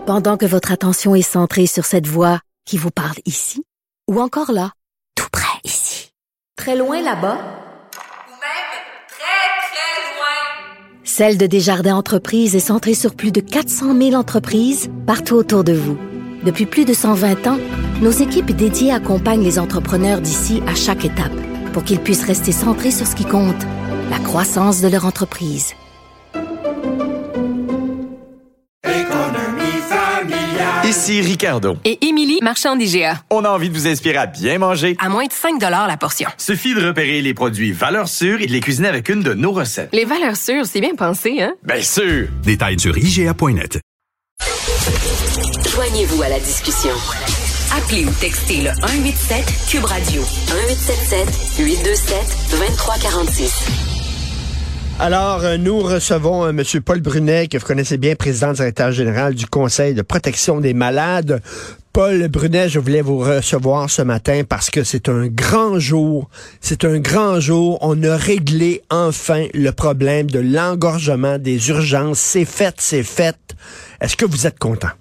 Pendant que votre attention est centrée sur cette voix qui vous parle ici, ou encore là, tout près ici, très loin là-bas, ou même très, très loin. Celle de Desjardins Entreprises est centrée sur plus de 400 000 entreprises partout autour de vous. Depuis plus de 120 ans, nos équipes dédiées accompagnent les entrepreneurs d'ici à chaque étape pour qu'ils puissent rester centrés sur ce qui compte, la croissance de leur entreprise. Ici Ricardo. Et Émilie, marchand d'IGA. On a envie de vous inspirer à bien manger. À moins de 5 $ la portion. Suffit de repérer les produits valeurs sûres et de les cuisiner avec une de nos recettes. Les valeurs sûres, c'est bien pensé, hein? Bien sûr! Détails sur IGA.net. Joignez-vous à la discussion. Appelez ou textez le 187 Cube Radio. 1877 827 2346. Alors, nous recevons M. Paul Brunet, que vous connaissez bien, président directeur général du Conseil de protection des malades. Paul Brunet, je voulais vous recevoir ce matin parce que c'est un grand jour. C'est un grand jour. On a réglé enfin le problème de l'engorgement des urgences. C'est fait, c'est fait. Est-ce que vous êtes content?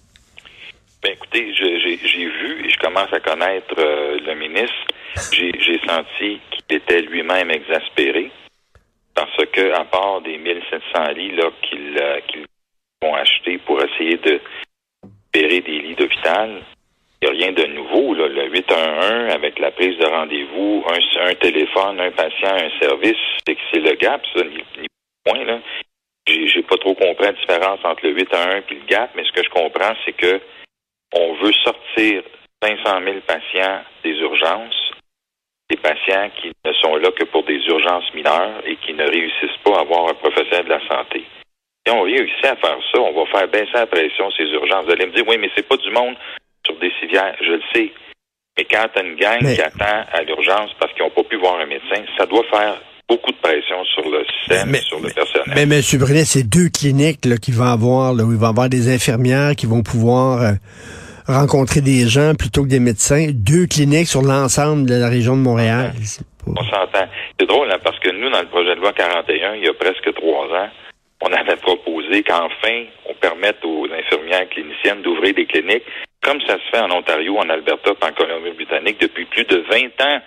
Ben écoutez, j'ai vu et je commence à connaître le ministre. J'ai senti qu'il était lui-même exaspéré. Parce que, à part des 1700 lits là, qu'ils vont acheter pour essayer de libérer des lits d'hôpital, il n'y a rien de nouveau. Là. Le 811, avec la prise de rendez-vous, un téléphone, un patient, un service, c'est le gap, ça, ni point. Là. J'ai pas trop compris la différence entre le 811 et le gap, mais ce que je comprends, c'est que on veut sortir 500 000 patients des urgences, des patients qui ne sont là que pour des urgences mineures et qui ne réussissent pas à avoir un professionnel de la santé. Si on réussit à faire ça, on va faire baisser la pression ces urgences. Vous allez me dire, oui, mais c'est pas du monde sur des civières, je le sais. Mais quand tu as une gang qui attend à l'urgence parce qu'ils n'ont pas pu voir un médecin, ça doit faire beaucoup de pression sur le système, sur le personnel. Mais M. Brunet, c'est 2 cliniques là, qu'il va avoir, là, où il va y avoir des infirmières qui vont pouvoir rencontrer des gens plutôt que des médecins. 2 cliniques sur l'ensemble de la région de Montréal. On s'entend. C'est drôle, hein, parce que nous, dans le projet de loi 41, il y a presque 3 ans, on avait proposé qu'enfin, on permette aux infirmières cliniciennes d'ouvrir des cliniques, comme ça se fait en Ontario, en Alberta, en Colombie-Britannique, depuis plus de 20 ans.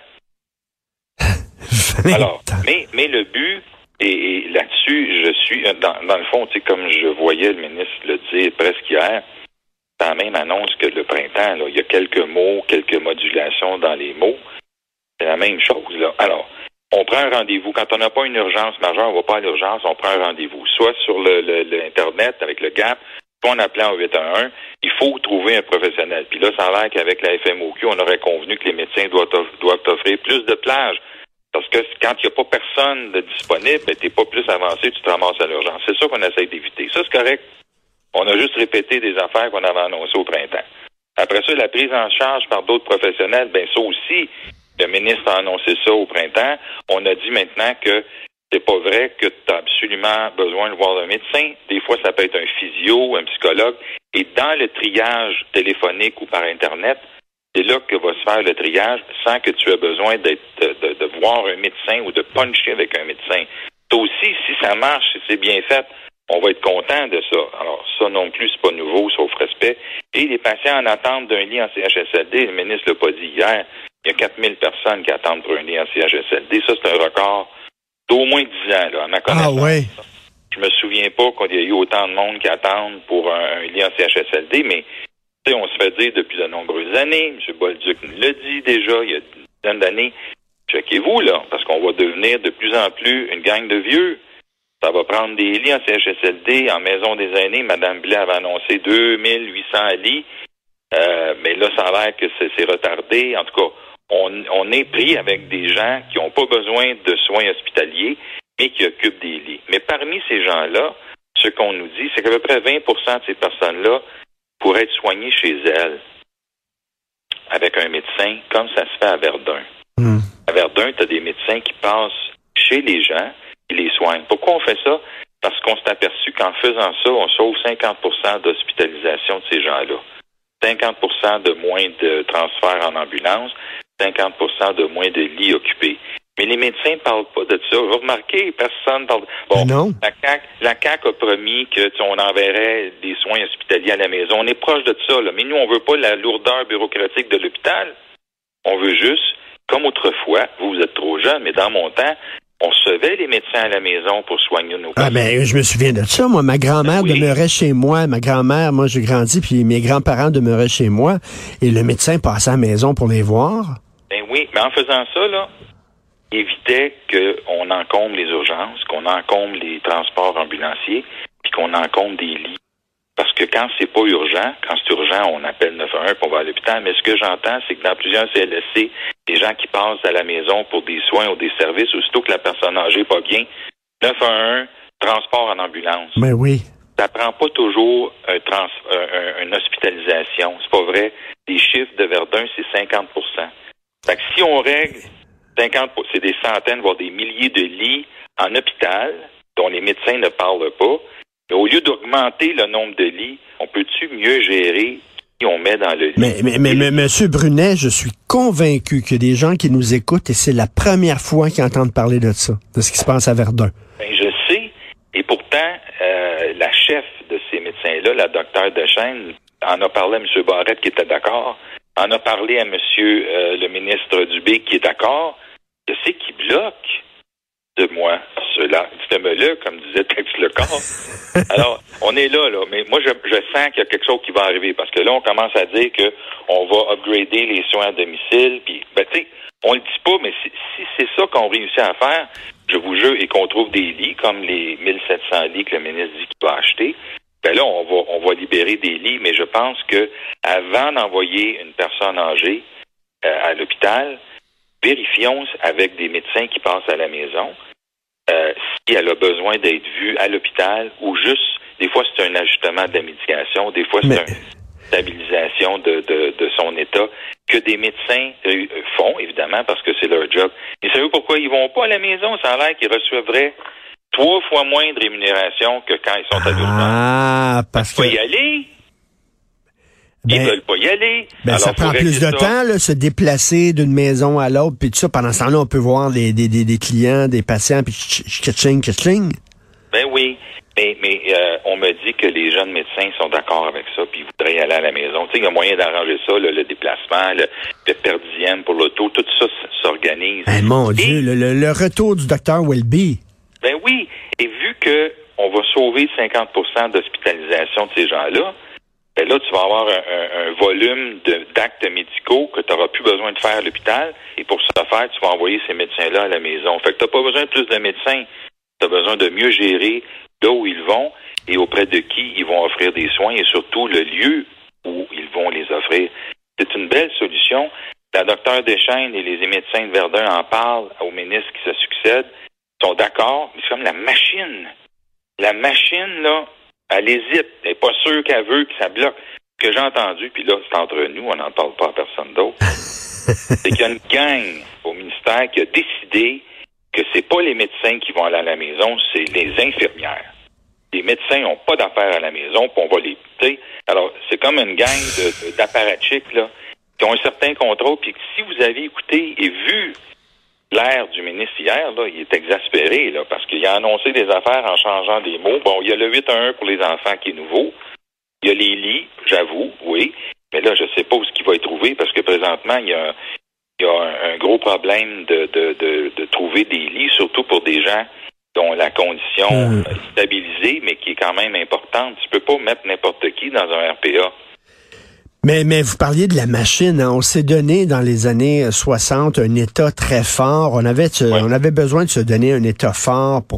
Alors, mais le but, et là-dessus, je suis, dans le fond, tu sais, comme je voyais le ministre le dire presque hier, dans la même annonce que le printemps, là, il y a quelques mots, quelques modulations dans les mots. C'est la même chose, là. Alors, on prend un rendez-vous. Quand on n'a pas une urgence majeure, on va pas à l'urgence, on prend un rendez-vous. Soit sur l'Internet, avec le GAP, soit en appelant au 811, il faut trouver un professionnel. Puis là, ça a l'air qu'avec la FMOQ, on aurait convenu que les médecins doivent offrir plus de plages. Parce que quand il n'y a pas personne de disponible, ben, t'es pas plus avancé, tu te ramasses à l'urgence. C'est ça qu'on essaie d'éviter. Ça, c'est correct. On a juste répété des affaires qu'on avait annoncées au printemps. Après ça, la prise en charge par d'autres professionnels, ben ça aussi, le ministre a annoncé ça au printemps. On a dit maintenant que c'est pas vrai que tu as absolument besoin de voir un médecin. Des fois, ça peut être un physio, un psychologue. Et dans le triage téléphonique ou par Internet, c'est là que va se faire le triage sans que tu aies besoin de voir un médecin ou de puncher avec un médecin. Ça aussi, si ça marche, si c'est bien fait, on va être content de ça. Alors, ça non plus, c'est pas nouveau, sauf respect. Et les patients en attente d'un lit en CHSLD, le ministre l'a pas dit hier, il y a 4000 personnes qui attendent pour un lit en CHSLD. Ça, c'est un record d'au moins 10 ans, là, à ma connaissance. Ah ouais. Je me souviens pas qu'il y a eu autant de monde qui attendent pour un lit en CHSLD, mais on se fait dire depuis de nombreuses années, M. Bolduc nous l'a dit déjà, il y a une dizaine d'années, checkez-vous, là, parce qu'on va devenir de plus en plus une gang de vieux. Ça va prendre des lits en CHSLD, en maison des aînés. Mme Blais avait annoncé 2800 lits. Mais là, ça a l'air que c'est retardé. En tout cas, on est pris avec des gens qui n'ont pas besoin de soins hospitaliers, mais qui occupent des lits. Mais parmi ces gens-là, ce qu'on nous dit, c'est qu'à peu près 20% de ces personnes-là pourraient être soignées chez elles avec un médecin, comme ça se fait à Verdun. À Verdun, tu as des médecins qui passent chez les gens, qui les soignent. Pourquoi on fait ça? Parce qu'on s'est aperçu qu'en faisant ça, on sauve 50% d'hospitalisation de ces gens-là. 50% de moins de transferts en ambulance, 50% de moins de lits occupés. Mais les médecins ne parlent pas de ça. Vous remarquez, personne parle. Bon, non. La CAQ a promis que on enverrait des soins hospitaliers à la maison. On est proche de ça, là. Mais nous, on veut pas la lourdeur bureaucratique de l'hôpital. On veut juste, comme autrefois, vous êtes trop jeune, mais dans mon temps, on recevait les médecins à la maison pour soigner nos patients. Ah ben, je me souviens de ça. Moi, ma grand-mère demeurait chez moi. Ma grand-mère, moi, j'ai grandi, puis mes grands-parents demeuraient chez moi. Et le médecin passait à la maison pour les voir. Ben oui, mais en faisant ça, là, il évitait qu'on encombre les urgences, qu'on encombre les transports ambulanciers, puis qu'on encombre des lits. Parce que quand c'est pas urgent, quand c'est urgent, on appelle 911 pour on va à l'hôpital. Mais ce que j'entends, c'est que dans plusieurs CLSC, les gens qui passent à la maison pour des soins ou des services, aussitôt que la personne âgée n'est pas bien, 911, transport en ambulance. Ben oui. Ça prend pas toujours une hospitalisation. C'est pas vrai. Les chiffres de Verdun, c'est 50%. Fait que si on règle 50%, c'est des centaines, voire des milliers de lits en hôpital, dont les médecins ne parlent pas. Mais au lieu d'augmenter le nombre de lits, on peut-tu mieux gérer qui on met dans le lit? Mais M. Brunet, je suis convaincu qu'il y a des gens qui nous écoutent et c'est la première fois qu'ils entendent parler de ça, de ce qui se passe à Verdun. Ben, je sais. Et pourtant, la chef de ces médecins-là, la docteure Dechaine, en a parlé à M. Barrette qui était d'accord, en a parlé à M. Le ministre Dubé qui est d'accord. Je sais qui bloque de moi cela. Dites-moi-le, comme disait Tex Lecor. Alors, on est là. Mais moi, je sens qu'il y a quelque chose qui va arriver. Parce que là, on commence à dire que on va upgrader les soins à domicile. Puis, ben, tu sais, on le dit pas, mais si c'est ça qu'on réussit à faire, je vous jure, et qu'on trouve des lits, comme les 1700 lits que le ministre dit qu'il va acheter, ben là, on va libérer des lits. Mais je pense que avant d'envoyer une personne âgée à l'hôpital, vérifions avec des médecins qui passent à la maison si elle a besoin d'être vue à l'hôpital ou juste, des fois c'est un ajustement de la médication, des fois c'est une stabilisation de son état que des médecins font, évidemment, parce que c'est leur job. Mais savez-vous pourquoi ils vont pas à la maison? Ça a l'air qu'ils recevraient 3 fois moins de rémunération que quand ils sont à l'urgence. Ah, parce que... Ils veulent pas y aller. Ils veulent pas y aller. Ben, alors, ça prend plus de temps, là, se déplacer d'une maison à l'autre, puis tout ça. Pendant ce temps-là, on peut voir des clients, des patients, puis tching. Ben oui. Mais on me dit que les jeunes médecins sont d'accord avec ça, puis ils voudraient y aller à la maison. Tu sais, il y a moyen d'arranger ça, le déplacement, le per diem pour l'auto, tout ça s'organise. Mon Dieu, le retour du docteur Welby. Ben oui. Et vu que on va sauver 50% d'hospitalisation de ces gens-là, ben là, tu vas avoir un volume d'actes médicaux que tu n'auras plus besoin de faire à l'hôpital. Et pour ce faire, tu vas envoyer ces médecins-là à la maison. Fait que tu n'as pas besoin de plus de médecins. Tu as besoin de mieux gérer là où ils vont et auprès de qui ils vont offrir des soins et surtout le lieu où ils vont les offrir. C'est une belle solution. La docteure Dechaine et les médecins de Verdun en parlent aux ministres qui se succèdent. Ils sont d'accord, mais c'est comme la machine. La machine, là, elle hésite. Elle n'est pas sûre qu'elle veut, que ça bloque. Ce que j'ai entendu, puis là, c'est entre nous, on n'en parle pas à personne d'autre, c'est qu'il y a une gang au ministère qui a décidé que c'est pas les médecins qui vont aller à la maison, c'est les infirmières. Les médecins n'ont pas d'affaires à la maison, puis on va les... T'sais, alors, c'est comme une gang d'apparatchiks, là, qui ont un certain contrôle, puis si vous avez écouté et vu l'air du ministre hier, là, il est exaspéré, là, parce qu'il a annoncé des affaires en changeant des mots. Bon, il y a le 8-1-1 pour les enfants qui est nouveau. Il y a les lits, j'avoue, oui. Mais là, je ne sais pas où ce qu'il va y trouver, parce que présentement, il y a un gros problème de trouver des lits, surtout pour des gens dont la condition est stabilisée, mais qui est quand même importante. Tu peux pas mettre n'importe qui dans un RPA. Mais vous parliez de la machine. Hein? On s'est donné dans les années 60 un État très fort. On avait besoin de se donner un État fort pour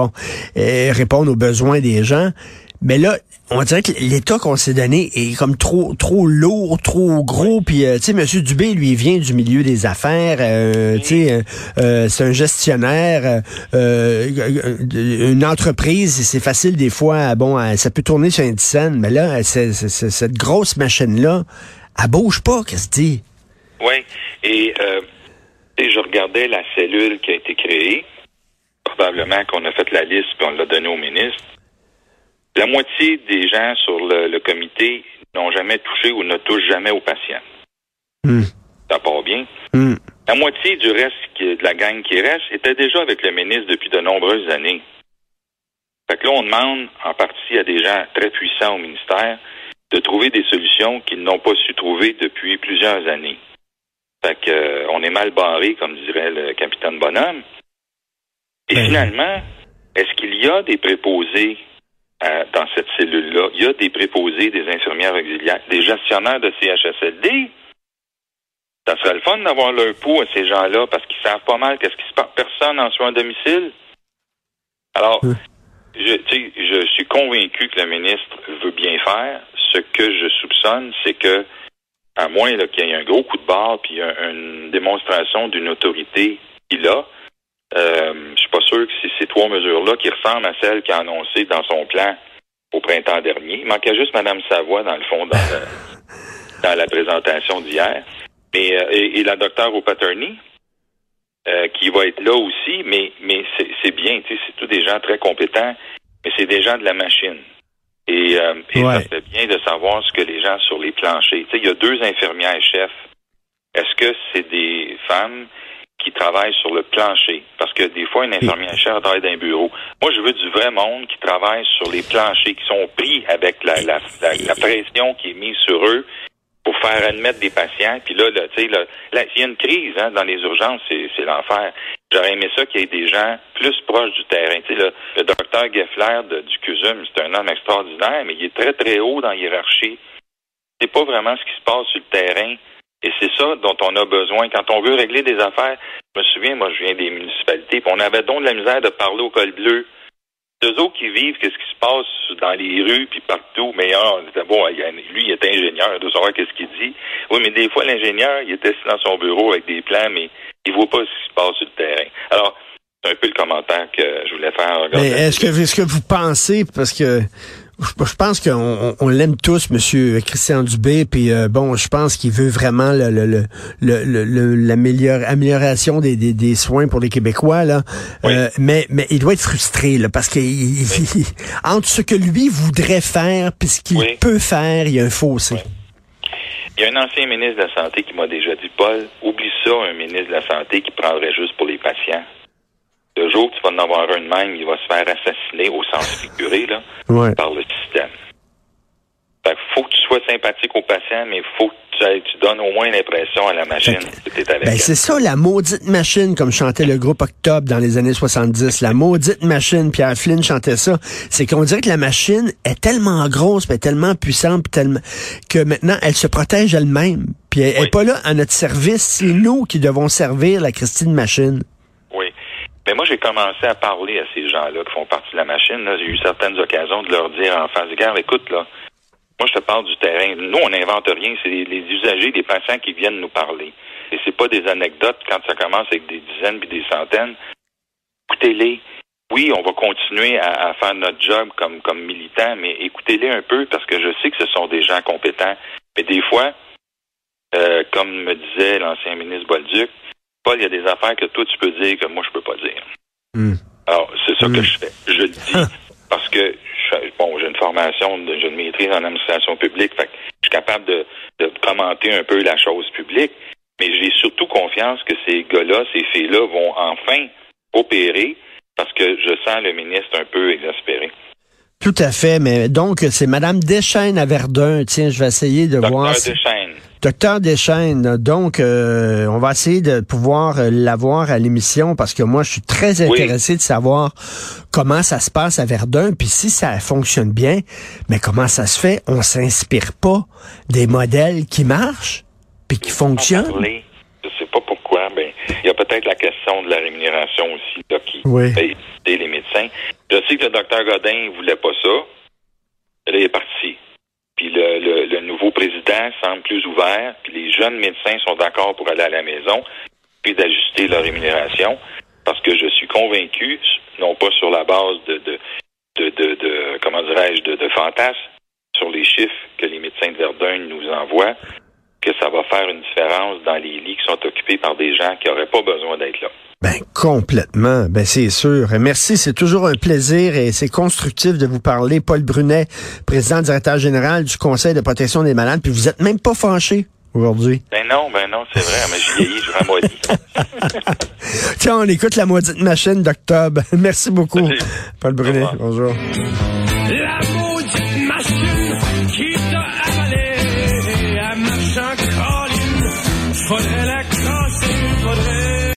répondre aux besoins des gens. Mais là, on dirait que l'État qu'on s'est donné est comme trop lourd, trop gros. Puis, tu sais, M. Dubé, lui, vient du milieu des affaires. Tu sais, c'est un gestionnaire. Une entreprise, c'est facile des fois. Bon, ça peut tourner sur une scène, mais là, cette grosse machine-là, elle bouge pas, qu'est-ce que tu dis? Oui. Et je regardais la cellule qui a été créée. Probablement qu'on a fait la liste puis on l'a donnée au ministre. La moitié des gens sur le comité n'ont jamais touché ou ne touchent jamais aux patients. Ça part bien. La moitié du reste de la gang qui reste était déjà avec le ministre depuis de nombreuses années. Fait que là, on demande en partie à des gens très puissants au ministère de trouver des solutions qu'ils n'ont pas su trouver depuis plusieurs années. Fait que on est mal barré, comme dirait le capitaine Bonhomme. Et finalement, est-ce qu'il y a des préposés dans cette cellule-là? Il y a des préposés, des infirmières auxiliaires, des gestionnaires de CHSLD. Ça serait le fun d'avoir leur pouls à ces gens-là parce qu'ils savent pas mal qu'est-ce qui se passe. Personne en soins à domicile. Alors, je suis convaincu que le ministre veut bien faire. Ce que je soupçonne, c'est que, à moins là, qu'il y ait un gros coup de barre puis une démonstration d'une autorité qu'il a, je suis pas sûr que c'est ces 3 mesures-là qui ressemblent à celles qu'il a annoncées dans son plan au printemps dernier. Il manquait juste Mme Savoie, dans le fond, dans la présentation d'hier. Mais et la docteure O'Patterney, qui va être là aussi, mais c'est bien, tu sais, c'est tous des gens très compétents, mais c'est des gens de la machine. Et ça serait bien de savoir ce que les gens sur les planchers. Tu sais, il y a 2 infirmières chefs. Est-ce que c'est des femmes qui travaillent sur le plancher? Parce que des fois, une infirmière chef travaille dans un bureau. Moi, je veux du vrai monde qui travaille sur les planchers, qui sont pris avec la pression qui est mise sur eux pour faire admettre des patients. Puis là, tu sais, s'il y a une crise dans les urgences, c'est l'enfer. J'aurais aimé ça qu'il y ait des gens plus proches du terrain. Tu sais, le docteur Geffler du CUSUM, c'est un homme extraordinaire, mais il est très, très haut dans la hiérarchie. C'est pas vraiment ce qui se passe sur le terrain. Et c'est ça dont on a besoin. Quand on veut régler des affaires, je me souviens, moi, je viens des municipalités, puis on avait donc de la misère de parler au col bleu. Eux autres qui vivent, qu'est-ce qui se passe dans les rues puis partout, mais lui, il est ingénieur, de savoir qu'est-ce qu'il dit. Oui, mais des fois, l'ingénieur, il était assis dans son bureau avec des plans, mais il voit pas ce qui se passe sur le terrain. Alors, c'est un peu le commentaire que je voulais faire. Mais est-ce que vous pensez, parce que je pense qu'on l'aime tous, Monsieur Christian Dubé, puis je pense qu'il veut vraiment l'amélioration des soins pour les Québécois, là. Oui. Mais il doit être frustré, là, parce que entre ce que lui voudrait faire puis ce qu'il peut faire, il y a un fossé. Oui. Il y a un ancien ministre de la Santé qui m'a déjà dit, Paul, oublie ça, un ministre de la Santé qui prendrait juste pour les patients. Le jour que tu vas en avoir un de même, il va se faire assassiner au sens figuré, là, par le système. Fait qu'il faut que tu sois sympathique aux patients, mais il faut que tu donnes au moins l'impression à la machine que tu es avec elle. C'est ça, la maudite machine, comme chantait le groupe Octobre dans les années 70. La maudite machine, Pierre Flynn chantait ça. C'est qu'on dirait que la machine est tellement grosse, puis tellement puissante, que maintenant, elle se protège elle-même. Puis elle n'est pas là à notre service. C'est nous qui devons servir la Christine Machine. Mais moi, j'ai commencé à parler à ces gens-là qui font partie de la machine. Là. J'ai eu certaines occasions de leur dire en face, regarde, écoute, là, moi, je te parle du terrain. Nous, on n'invente rien. C'est les usagers, les patients qui viennent nous parler. Et c'est pas des anecdotes quand ça commence avec des dizaines puis des centaines. Écoutez-les. Oui, on va continuer à faire notre job comme militants, mais écoutez-les un peu parce que je sais que ce sont des gens compétents. Mais des fois, comme me disait l'ancien ministre Bolduc, Paul, il y a des affaires que toi, tu peux dire que moi, je peux pas dire. Alors, c'est ça que je fais. Je le dis parce que, j'ai une formation, j'ai une maîtrise en administration publique, fait que je suis capable de commenter un peu la chose publique, mais j'ai surtout confiance que ces gars-là, ces filles-là vont enfin opérer parce que je sens le ministre un peu exaspéré. Tout à fait, mais donc, c'est Mme Deschênes à Verdun. Tiens, je vais essayer de voir... Docteur Deschênes. Donc, on va essayer de pouvoir l'avoir à l'émission parce que moi, je suis très intéressé de savoir comment ça se passe à Verdun. Puis si ça fonctionne bien, mais comment ça se fait? On s'inspire pas des modèles qui marchent puis qui fonctionnent? Je sais pas pourquoi. Il y a peut-être la question de la rémunération aussi là, qui fait aider les médecins. Je sais que le docteur Godin ne voulait pas ça. Là, il est parti. Puis le nouveau président semble plus ouvert, puis les jeunes médecins sont d'accord pour aller à la maison, puis d'ajuster leur rémunération, parce que je suis convaincu, non pas sur la base de fantasmes, sur les chiffres que les médecins de Verdun nous envoient, que ça va faire une différence dans les lits qui sont occupés par des gens qui n'auraient pas besoin d'être là. Complètement. C'est sûr. Merci. C'est toujours un plaisir et c'est constructif de vous parler. Paul Brunet, président directeur général du Conseil de protection des malades. Puis vous êtes même pas fâché. aujourd'hui. Ben non, c'est vrai, mais je vieillis, je ramollis. Tiens, on écoute la maudite machine d'octobre. Merci beaucoup, Merci. Paul Brunet. Bonjour. La maudite machine qui t'a avalé, à marchand colline, faudrait la casser, faudrait